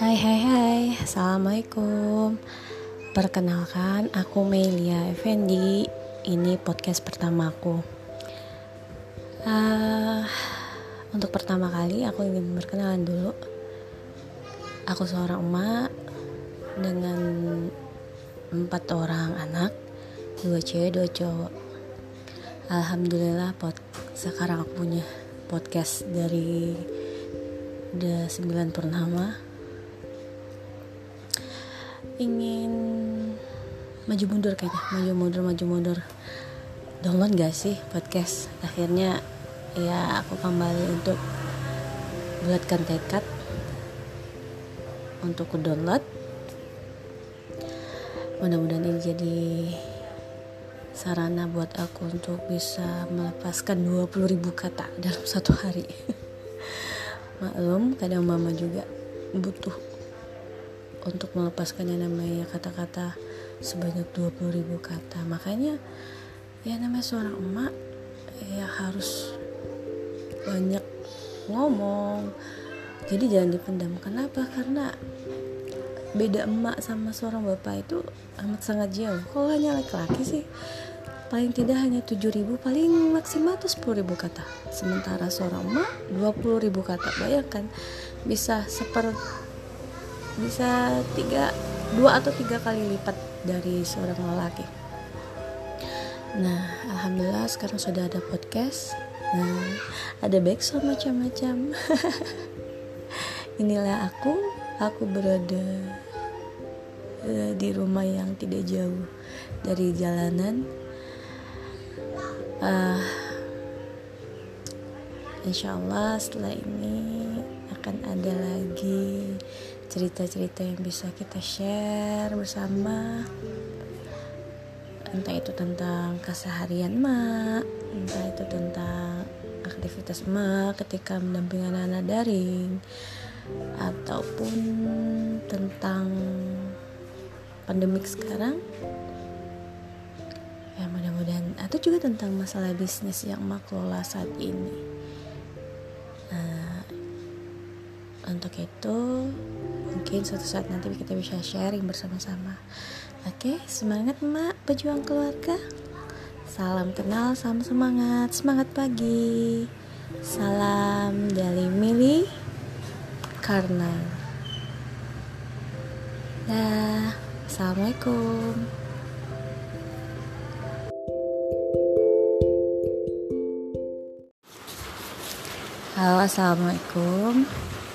Hai, Assalamualaikum. Perkenalkan, aku Melia Effendi. Ini podcast pertamaku. Untuk pertama kali aku ingin berkenalan dulu. Aku seorang emak dengan 4 orang anak, 2 cewek 2 cowok. Alhamdulillah sekarang aku punya podcast dari udah 9 purnama. Ingin maju mundur download gak sih podcast. Akhirnya ya aku kembali untuk bulatkan tekad untuk ku download. Mudah-mudahan ini jadi sarana buat aku untuk bisa melepaskan 20.000 kata dalam satu hari. Maklum, kadang mama juga butuh untuk melepaskan yang namanya kata-kata sebanyak 20.000 kata. Makanya ya namanya seorang emak ya harus banyak ngomong. Jadi jangan dipendam. Kenapa? Karena beda emak sama seorang bapak itu amat sangat jauh. Kalau hanya laki-laki sih paling tidak hanya 7.000, paling maksimal tuh 10.000 kata. Sementara seorang emak 20.000 kata. Bayangkan bisa 2 atau 3 kali lipat dari seorang lelaki. Nah, alhamdulillah sekarang sudah ada podcast. Nah, ada backsound macam-macam. Inilah aku berada di rumah yang tidak jauh dari jalanan. Insyaallah setelah ini akan ada lagi cerita-cerita yang bisa kita share bersama, entah itu tentang keseharian mak, entah itu tentang aktivitas mak ketika mendampingi anak-anak daring, ataupun tentang pandemik sekarang ya, mudah-mudahan, atau juga tentang masalah bisnis yang mak kelola saat ini. Untuk itu mungkin suatu saat nanti kita bisa sharing bersama-sama. Oke, semangat mak, pejuang keluarga. Salam kenal, salam semangat pagi. Salam dari Mili Karna. Dah, assalamualaikum. Halo, assalamualaikum.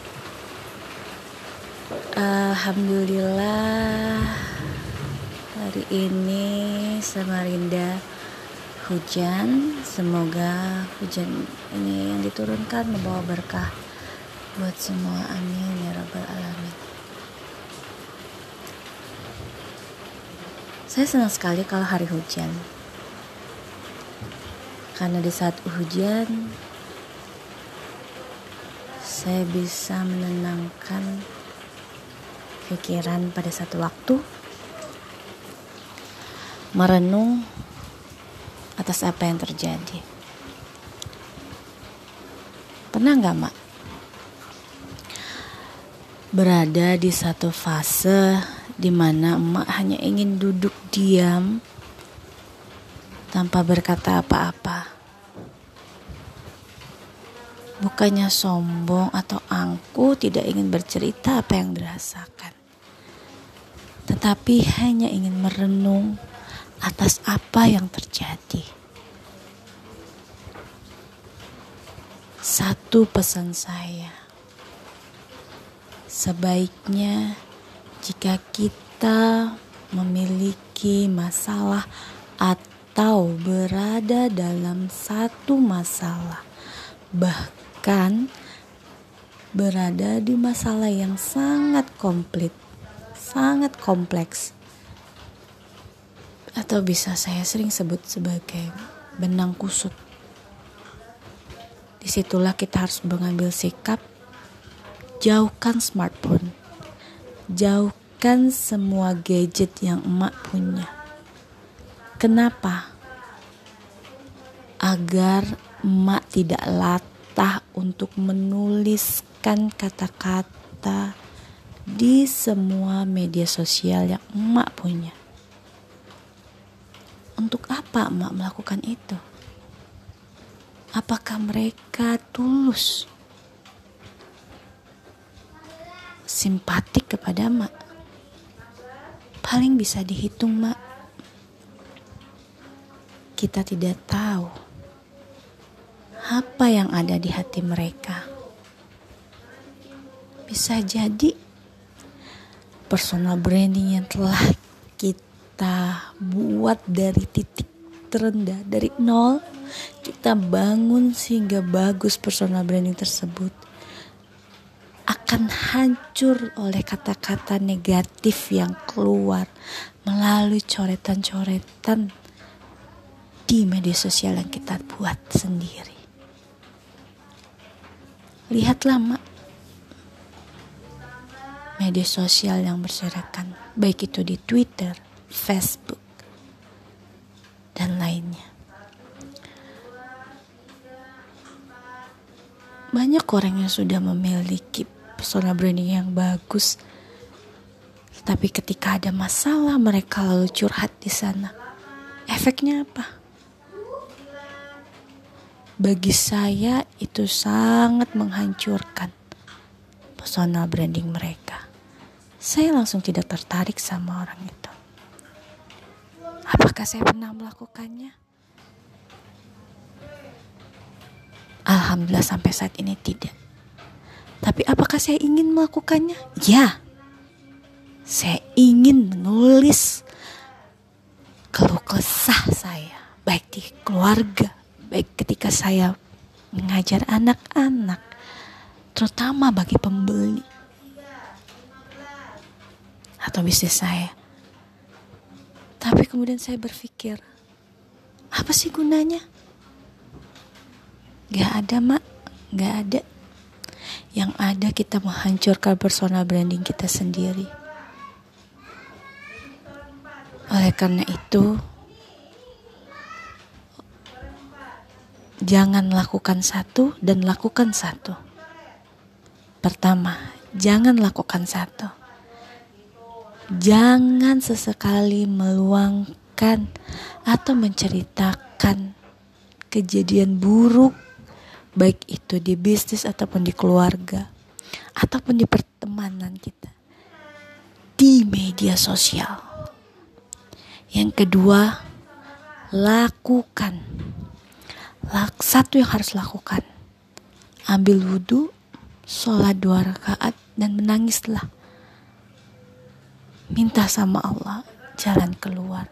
Alhamdulillah hari ini Samarinda hujan. Semoga hujan ini yang diturunkan membawa berkah buat semua, amin ya rabbal alamin. Saya senang sekali kalau hari hujan, karena di saat hujan saya bisa menenangkan pikiran pada satu waktu, merenung atas apa yang terjadi. Pernah gak mak berada di satu fase di mana emak hanya ingin duduk diam tanpa berkata apa-apa? Bukannya sombong atau angkuh, tidak ingin bercerita apa yang dirasakan, tetapi hanya ingin merenung atas apa yang terjadi. Satu pesan saya, sebaiknya jika kita memiliki masalah atau berada dalam satu masalah, bahkan berada di masalah yang sangat kompleks, atau bisa saya sering sebut sebagai benang kusut. Disitulah kita harus mengambil sikap. Jauhkan smartphone, jauhkan semua gadget yang emak punya. Kenapa? Agar emak tidak latah untuk menuliskan kata-kata di semua media sosial yang emak punya. Untuk apa emak melakukan itu? Apakah mereka tulus simpatik kepada emak? Paling bisa dihitung, mak. Kita tidak tahu apa yang ada di hati mereka. Bisa jadi personal branding yang telah kita buat dari titik terendah, dari nol, kita bangun sehingga bagus personal branding tersebut, akan hancur oleh kata-kata negatif yang keluar melalui coretan-coretan di media sosial yang kita buat sendiri. Lihatlah, mak, media sosial yang berserakan, baik itu di Twitter, Facebook, dan lainnya. Banyak orang yang sudah memiliki personal branding yang bagus, tapi ketika ada masalah mereka lalu curhat di sana. Efeknya apa? Bagi saya itu sangat menghancurkan personal branding mereka. Saya langsung tidak tertarik sama orang itu. Apakah saya pernah melakukannya? Alhamdulillah sampai saat ini tidak. Tapi apakah saya ingin melakukannya? Ya. Saya ingin menulis keluh kesah saya, baik di keluarga, baik ketika saya mengajar anak-anak, terutama bagi pembeli atau bisnis saya. Tapi kemudian saya berpikir, apa sih gunanya? Gak ada, mak, gak ada. Yang ada kita menghancurkan personal branding kita sendiri. Oleh karena itu, jangan lakukan satu dan lakukan satu. Pertama, jangan lakukan satu. Jangan sesekali meluangkan atau menceritakan kejadian buruk, baik itu di bisnis ataupun di keluarga, ataupun di pertemanan kita, di media sosial. Yang kedua, lakukan. Satu yang harus lakukan, ambil wudhu, sholat 2 rakaat, dan menangislah. Minta sama Allah jalan keluar.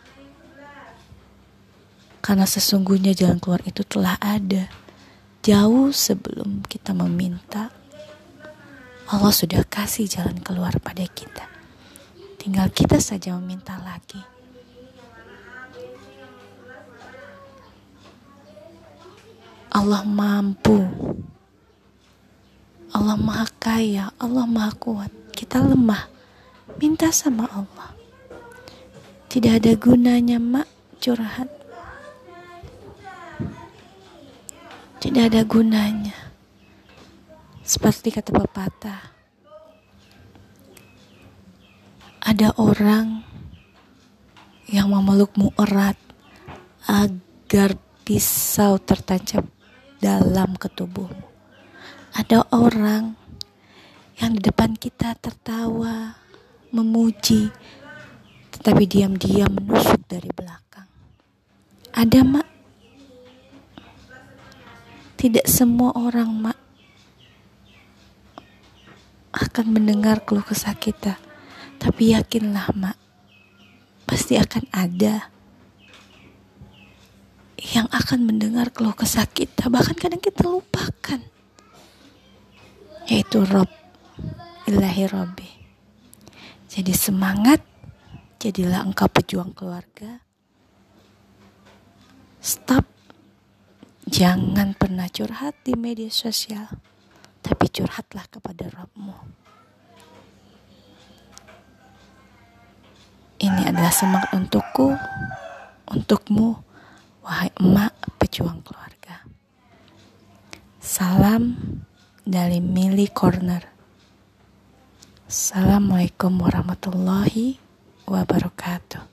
Karena sesungguhnya jalan keluar itu telah ada. Jauh sebelum kita meminta, Allah sudah kasih jalan keluar pada kita. Tinggal kita saja meminta lagi. Allah mampu. Allah maha kaya, Allah maha kuat. Kita lemah. Minta sama Allah. Tidak ada gunanya, mak, curhat. Tidak ada gunanya. Seperti kata pepatah, ada orang yang memelukmu erat agar pisau tertancap dalam ketubuhmu. Ada orang yang di depan kita tertawa, memuji, tetapi diam-diam menusuk dari belakang. Ada, mak. Tidak semua orang, mak, akan mendengar keluh kesah kita. Tapi yakinlah, mak, pasti akan ada yang akan mendengar keluh kesah kita, bahkan kadang kita lupakan, yaitu Rob, Ilahi Robbi. Jadi semangat, jadilah engkau pejuang keluarga. Stop, jangan pernah curhat di media sosial, tapi curhatlah kepada Rabbmu. Ini adalah semangat untukku, untukmu, wahai emak pejuang keluarga. Salam dari Mili Corner. Assalamualaikum warahmatullahi wabarakatuh.